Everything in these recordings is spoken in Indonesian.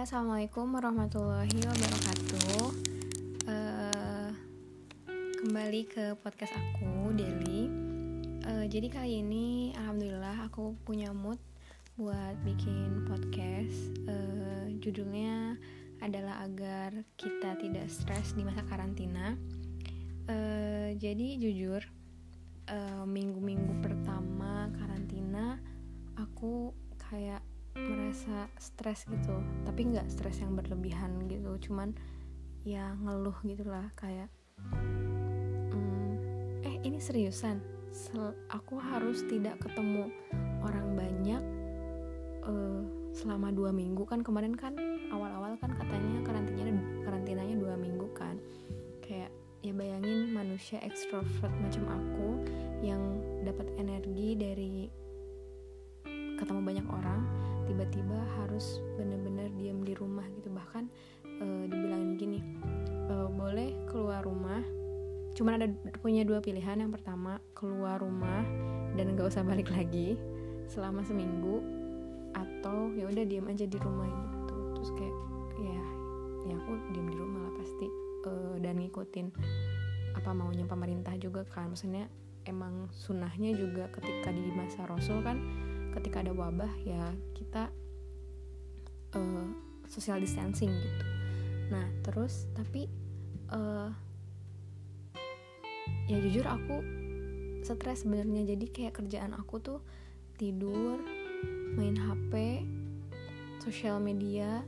Assalamualaikum warahmatullahi wabarakatuh. Kembali ke podcast aku, Deli. Jadi kali ini alhamdulillah aku punya mood buat bikin podcast. Judulnya adalah agar kita tidak stres di masa karantina. Jadi jujur, minggu-minggu pertama karantina aku kayak merasa stres gitu, tapi nggak stres yang berlebihan gitu, cuman ya ngeluh gitulah kayak ini seriusan aku harus tidak ketemu orang banyak selama 2 minggu. Kan kemarin kan awal-awal kan katanya karantinanya 2 minggu kan. Kayak ya bayangin manusia ekstrovert macam aku yang dapat energi dari ketemu banyak orang, tiba-tiba harus benar-benar diam di rumah gitu. Bahkan dibilangin gini, boleh keluar rumah, cuman punya 2 pilihan. Yang pertama keluar rumah dan gak usah balik lagi selama seminggu, atau ya udah diam aja di rumah gitu. Terus kayak ya aku diam di rumah lah pasti, dan ngikutin apa maunya pemerintah juga kan. Maksudnya emang sunnahnya juga ketika di masa Rasul kan, ketika ada wabah ya kita social distancing gitu. Nah terus tapi ya jujur aku stres sebenarnya. Jadi kayak kerjaan aku tuh tidur, main HP, sosial media,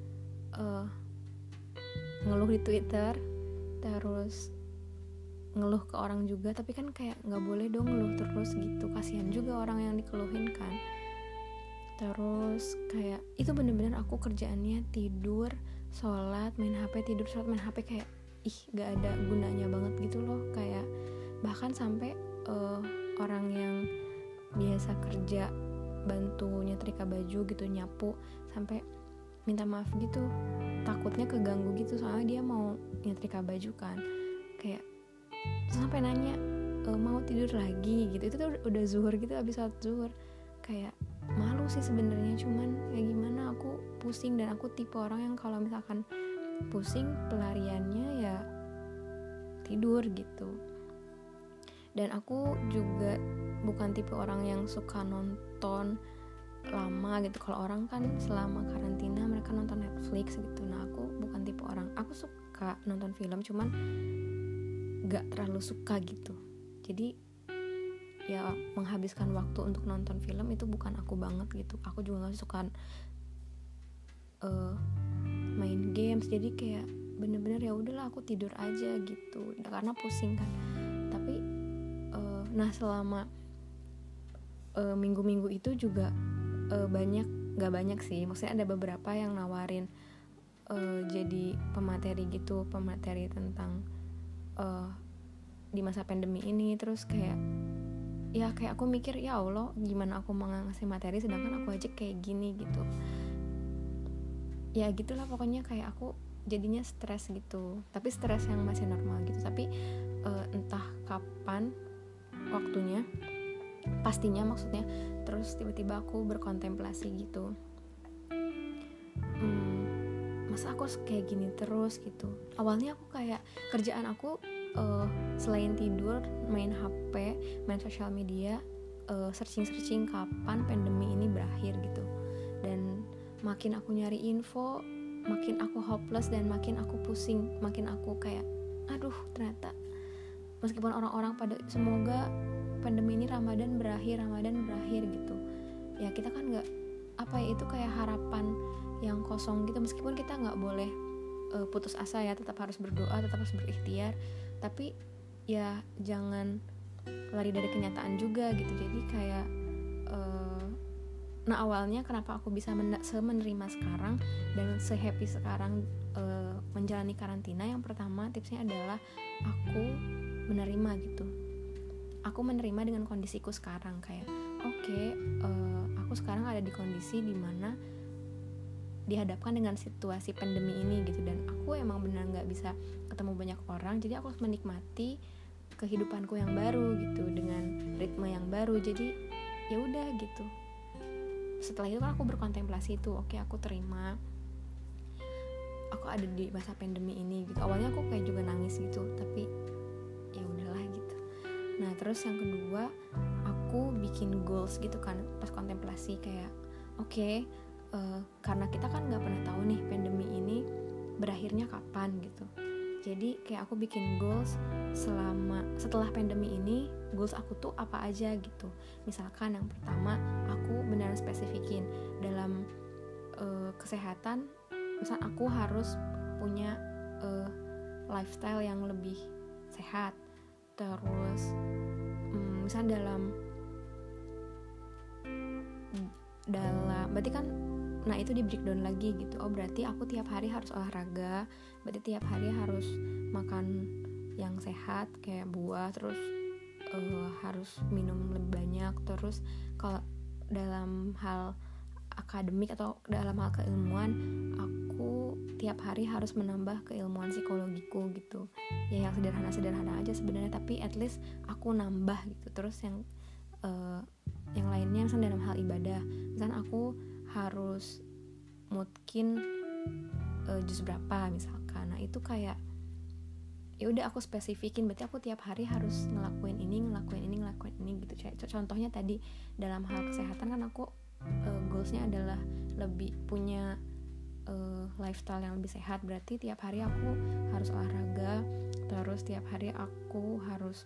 ngeluh di Twitter, terus ngeluh ke orang juga. Tapi kan kayak nggak boleh dong ngeluh terus gitu, kasihan juga orang yang dikeluhin kan. Terus kayak itu bener-bener aku kerjaannya tidur, sholat, main HP, tidur, sholat, main HP. Kayak gak ada gunanya banget gitu loh. Kayak bahkan sampai orang yang biasa kerja bantu nyetrika baju gitu, nyapu, sampai minta maaf gitu, takutnya keganggu gitu soalnya dia mau nyetrika baju kan. Kayak sampai nanya mau tidur lagi gitu. Itu tuh udah zuhur gitu, habis sholat zuhur. Kayak malu sih sebenarnya, cuman ya gimana, aku pusing. Dan aku tipe orang yang kalau misalkan pusing pelariannya ya tidur gitu. Dan aku juga bukan tipe orang yang suka nonton lama gitu. Kalau orang kan selama karantina mereka nonton Netflix gitu. Nah aku bukan tipe orang. Aku suka nonton film, cuman gak terlalu suka gitu. Jadi ya menghabiskan waktu untuk nonton film itu bukan aku banget gitu. Aku juga gak suka main games. Jadi kayak bener-bener ya udahlah aku tidur aja gitu, karena pusing kan. Tapi nah selama minggu-minggu itu juga gak banyak sih, maksudnya ada beberapa yang nawarin jadi pemateri gitu, pemateri tentang di masa pandemi ini. Terus kayak aku mikir, ya Allah gimana aku mau ngasih materi sedangkan aku aja kayak gini gitu. Ya gitulah pokoknya, kayak aku jadinya stres gitu. Tapi stres yang masih normal gitu. Tapi entah kapan waktunya, pastinya maksudnya. Terus tiba-tiba aku berkontemplasi gitu, masa aku kayak gini terus gitu. Awalnya aku kayak kerjaan aku selain tidur, main HP, main sosial media, searching kapan pandemi ini berakhir gitu. Dan makin aku nyari info, makin aku hopeless dan makin aku pusing, makin aku kayak aduh ternyata meskipun orang-orang pada semoga pandemi ini Ramadan berakhir gitu. Ya kita kan nggak itu kayak harapan yang kosong gitu. Meskipun kita nggak boleh putus asa ya, tetap harus berdoa, tetap harus berikhtiar, tapi ya jangan lari dari kenyataan juga gitu. Jadi kayak nah awalnya kenapa aku bisa menerima sekarang dan se-happy sekarang menjalani karantina, yang pertama tipsnya adalah aku menerima gitu. Aku menerima dengan kondisiku sekarang. Kayak aku sekarang ada di kondisi dimana dihadapkan dengan situasi pandemi ini gitu. Dan aku emang benar gak bisa ketemu banyak orang, jadi aku harus menikmati kehidupanku yang baru gitu, dengan ritme yang baru. Jadi ya udah gitu. Setelah itu kan aku berkontemplasi itu, aku terima aku ada di masa pandemi ini gitu. Awalnya aku kayak juga nangis gitu, tapi ya udahlah gitu. Nah terus yang kedua, aku bikin goals gitu kan pas kontemplasi, kayak oke, karena kita kan nggak pernah tahu nih pandemi ini berakhirnya kapan gitu. Jadi kayak aku bikin goals setelah pandemi ini, goals aku tuh apa aja gitu. Misalkan yang pertama, aku benar spesifikin dalam kesehatan. Misal aku harus punya lifestyle yang lebih sehat. Terus misal dalam berarti kan, nah itu di breakdown lagi gitu. Oh berarti aku tiap hari harus olahraga, berarti tiap hari harus makan yang sehat kayak buah, terus harus minum lebih banyak. Terus kalau dalam hal akademik atau dalam hal keilmuan, aku tiap hari harus menambah keilmuan psikologiku gitu. Ya yang sederhana-sederhana aja sebenarnya, tapi at least aku nambah gitu. Terus yang lainnya misalnya dalam hal ibadah, misalnya aku harus mungkin juz berapa misalkan. Nah itu kayak ya udah aku spesifikin, berarti aku tiap hari harus ngelakuin ini gitu. Contohnya tadi dalam hal kesehatan kan aku goalsnya adalah lebih punya lifestyle yang lebih sehat, berarti tiap hari aku harus olahraga, terus tiap hari aku harus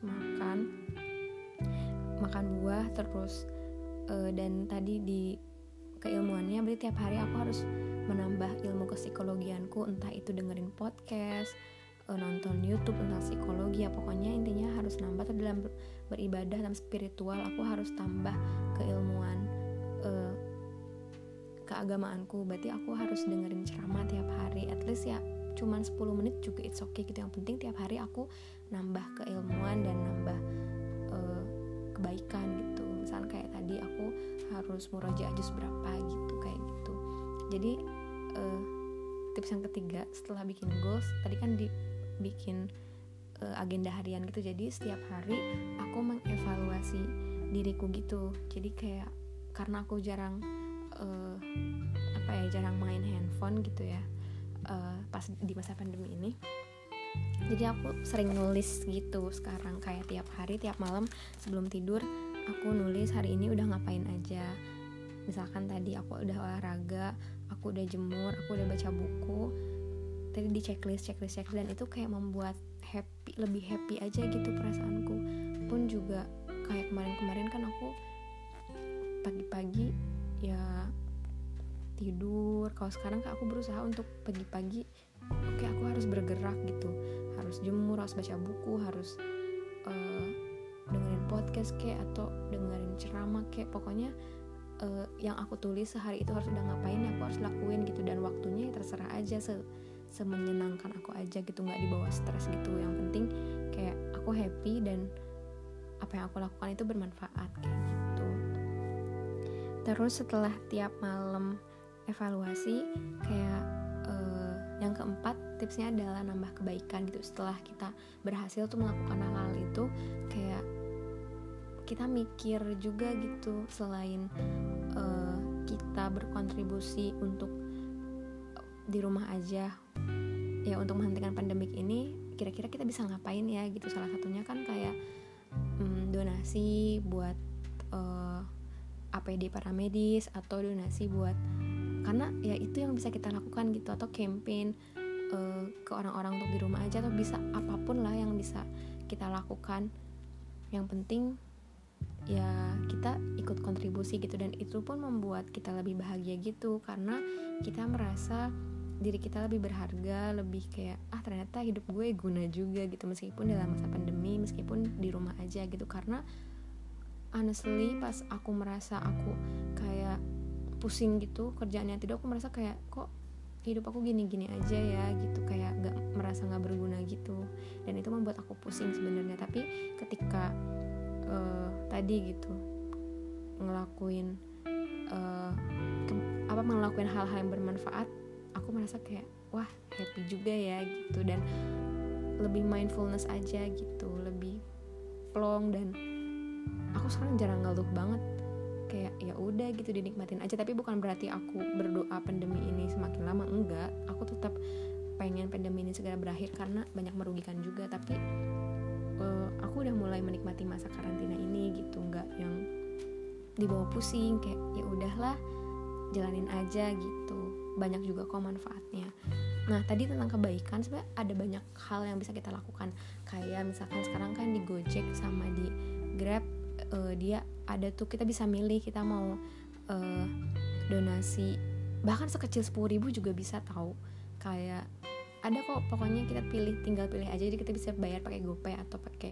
makan buah, terus dan tadi di keilmuannya berarti tiap hari aku harus menambah ilmu psikologianku, entah itu dengerin podcast, nonton YouTube tentang psikologi, ya pokoknya intinya harus nambah. Atau dalam beribadah, dalam spiritual, aku harus tambah keilmuan keagamaanku, berarti aku harus dengerin ceramah tiap hari, at least ya cuman 10 menit juga it's okay gitu. Yang penting tiap hari aku nambah keilmuan dan nambah kebaikan gitu. Misalnya kayak tadi aku harus murojaah juz berapa gitu, kayak gitu. Jadi tips yang ketiga setelah bikin goals, tadi kan dibikin agenda harian gitu. Jadi setiap hari aku mengevaluasi diriku gitu. Jadi kayak karena aku jarang main handphone gitu ya pas di masa pandemi ini, jadi aku sering nulis gitu sekarang, kayak tiap hari, tiap malam sebelum tidur aku nulis hari ini udah ngapain aja. Misalkan tadi aku udah olahraga, aku udah jemur, aku udah baca buku, tadi di checklist dan itu kayak membuat lebih happy aja gitu perasaanku. Pun juga kayak kemarin kan aku pagi-pagi ya tidur. Kalau sekarang aku berusaha untuk pagi-pagi oke, aku harus bergerak gitu, harus jemur, harus baca buku, harus dengerin podcast kayak atau dengerin ceramah kayak, pokoknya yang aku tulis sehari itu harus udah ngapain, aku harus lakuin gitu. Dan waktunya ya terserah aja, semenyenangkan aku aja gitu, nggak dibawa stres gitu. Yang penting kayak aku happy dan apa yang aku lakukan itu bermanfaat kayak gitu. Terus setelah tiap malam evaluasi, kayak yang keempat tipsnya adalah nambah kebaikan gitu. Setelah kita berhasil tuh melakukan hal-hal itu, kayak kita mikir juga gitu, selain kita berkontribusi untuk di rumah aja ya untuk menghentikan pandemik ini, kira-kira kita bisa ngapain ya gitu. Salah satunya kan kayak donasi buat APD para medis, atau donasi buat, karena ya itu yang bisa kita lakukan gitu, atau campaign ke orang-orang untuk di rumah aja, atau bisa apapun lah yang bisa kita lakukan. Yang penting ya kita ikut kontribusi gitu, dan itu pun membuat kita lebih bahagia gitu, karena kita merasa diri kita lebih berharga, lebih kayak ternyata hidup gue guna juga gitu, meskipun dalam masa pandemi, meskipun di rumah aja gitu. Karena honestly pas aku merasa aku kayak pusing gitu kerjaannya, tidak, aku merasa kayak kok hidup aku gini-gini aja ya gitu, kayak merasa gak berguna gitu, dan itu membuat aku pusing sebenarnya. Tapi ketika tadi gitu ngelakuin hal-hal yang bermanfaat, aku merasa kayak wah happy juga ya gitu, dan lebih mindfulness aja gitu, lebih plong. Dan aku sekarang jarang ngeluh banget, kayak ya udah gitu dinikmatin aja. Tapi bukan berarti aku berdoa pandemi ini semakin lama, enggak, aku tetap pengen pandemi ini segera berakhir karena banyak merugikan juga, tapi aku udah mulai menikmati masa karantina ini gitu, nggak yang dibawa pusing, kayak ya udahlah jalanin aja gitu. Banyak juga kok manfaatnya. Nah tadi tentang kebaikan, sebenarnya ada banyak hal yang bisa kita lakukan. Kayak misalkan sekarang kan di Gojek sama di Grab, dia ada tuh, kita bisa milih kita mau donasi bahkan sekecil 10.000 juga bisa tahu. Kayak ada kok, pokoknya kita tinggal pilih aja. Jadi kita bisa bayar pakai GoPay atau pakai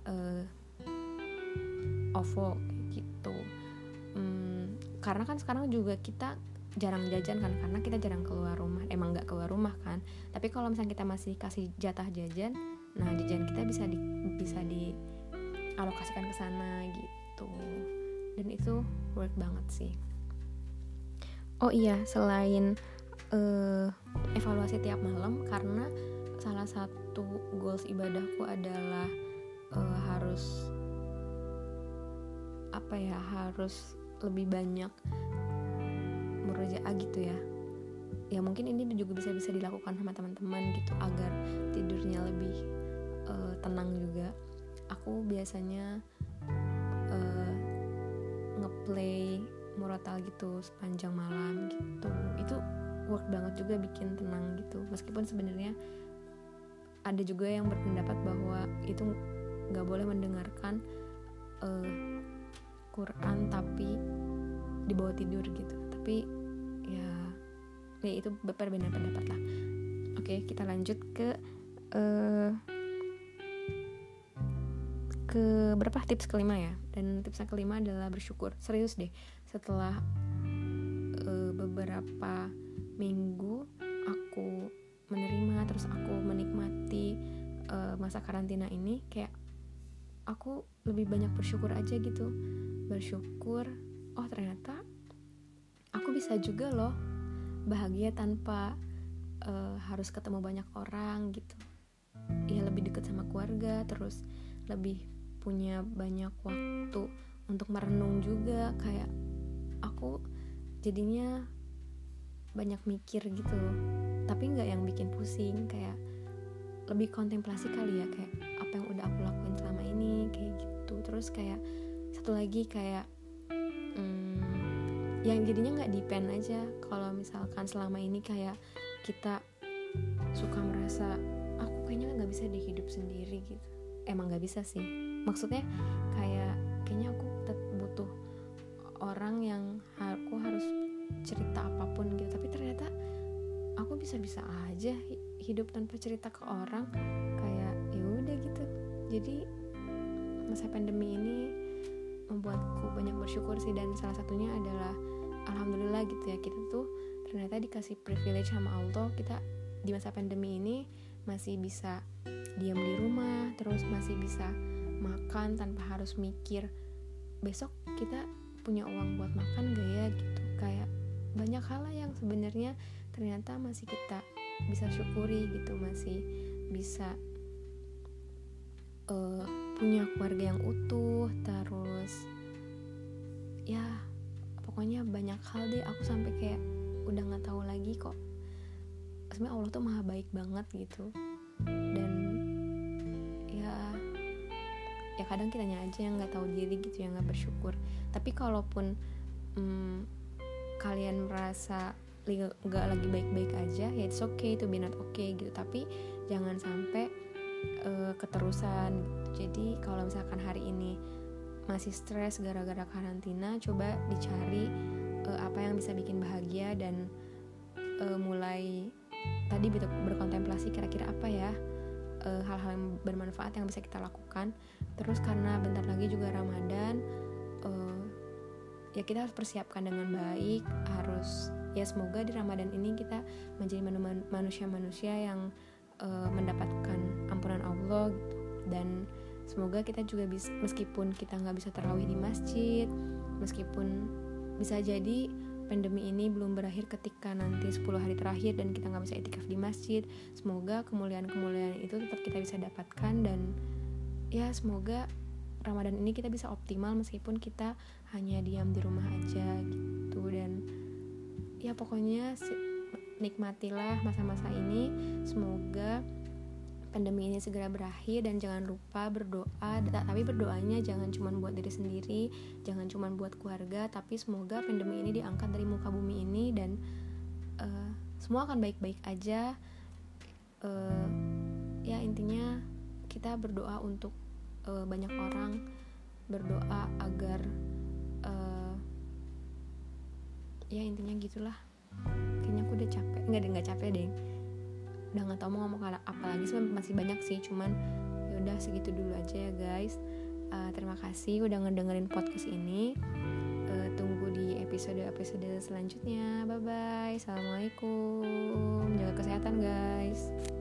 OVO gitu. Karena kan sekarang juga kita jarang jajan kan, karena kita jarang keluar rumah, emang nggak keluar rumah kan. Tapi kalau misalnya kita masih kasih jatah jajan, nah jajan kita bisa dialokasikan ke sana gitu. Dan itu worth banget sih. Oh iya, selain evaluasi tiap malam, karena salah satu goals ibadahku adalah harus lebih banyak murojaah gitu ya. Ya mungkin ini juga bisa dilakukan sama teman-teman gitu, agar tidurnya lebih tenang juga. Aku biasanya ngeplay murotal gitu sepanjang malam gitu. Itu work banget juga, bikin tenang gitu. Meskipun sebenarnya ada juga yang berpendapat bahwa itu nggak boleh mendengarkan Quran tapi dibawa tidur gitu. Tapi ya itu berbeda pendapat lah. Oke, kita lanjut ke berapa tips kelima ya. Dan tipsnya kelima adalah bersyukur. Serius deh, setelah beberapa minggu aku menerima, terus aku menikmati masa karantina ini, kayak aku lebih banyak bersyukur aja gitu. Bersyukur, oh ternyata aku bisa juga loh bahagia tanpa harus ketemu banyak orang gitu. Ya lebih dekat sama keluarga, terus lebih punya banyak waktu untuk merenung juga. Kayak aku jadinya banyak mikir gitu, tapi nggak yang bikin pusing, kayak lebih kontemplasi kali ya, kayak apa yang udah aku lakuin selama ini kayak gitu. Terus kayak satu lagi kayak yang jadinya nggak depend aja. Kalau misalkan selama ini kayak kita suka merasa aku kayaknya nggak bisa deh hidup sendiri gitu. Emang nggak bisa sih, maksudnya kayaknya aku butuh orang yang aku harus cerita apapun gitu. Tapi ternyata aku bisa-bisa aja hidup tanpa cerita ke orang, kayak ya udah gitu. Jadi masa pandemi ini membuatku banyak bersyukur sih. Dan salah satunya adalah alhamdulillah gitu ya, kita tuh ternyata dikasih privilege sama Allah. Kita di masa pandemi ini masih bisa diam di rumah, terus masih bisa makan tanpa harus mikir besok kita punya uang buat makan gak ya gitu. Kayak banyak hal yang sebenarnya ternyata masih kita bisa syukuri gitu. Masih bisa punya keluarga yang utuh, terus ya pokoknya banyak hal deh. Aku sampai kayak udah nggak tahu lagi kok sebenarnya Allah tuh maha baik banget gitu. Dan ya kadang kitanya aja yang nggak tahu diri gitu, yang nggak bersyukur. Tapi kalaupun kalian merasa nggak lagi baik-baik aja, ya it's okay to be not okay gitu. Tapi jangan sampai keterusan gitu. Jadi kalau misalkan hari ini masih stres gara-gara karantina, coba dicari apa yang bisa bikin bahagia, dan mulai tadi berkontemplasi kira-kira apa ya hal-hal yang bermanfaat yang bisa kita lakukan. Terus karena bentar lagi juga Ramadan, ya kita harus persiapkan dengan baik. Harus ya semoga di Ramadan ini kita menjadi manusia-manusia yang mendapatkan ampunan Allah gitu. Dan semoga kita juga bisa, meskipun kita nggak bisa tarawih di masjid, meskipun bisa jadi pandemi ini belum berakhir ketika nanti 10 hari terakhir dan kita nggak bisa itikaf di masjid, semoga kemuliaan-kemuliaan itu tetap kita bisa dapatkan. Dan ya semoga Ramadan ini kita bisa optimal meskipun kita hanya diam di rumah aja gitu. Dan ya pokoknya nikmatilah masa-masa ini. Semoga pandemi ini segera berakhir, dan jangan lupa berdoa. Tapi berdoanya jangan cuma buat diri sendiri, jangan cuma buat keluarga, tapi semoga pandemi ini diangkat dari muka bumi ini, dan semua akan baik-baik aja. Ya intinya kita berdoa untuk banyak orang, berdoa agar ya intinya gitulah. Kayaknya aku udah capek, nggak capek deh, udah nggak tahu mau ngomong apa lagi sih, masih banyak sih, cuman yaudah segitu dulu aja ya guys. Terima kasih udah ngedengerin podcast ini. Tunggu di episode selanjutnya. Bye bye, assalamualaikum, jaga kesehatan guys.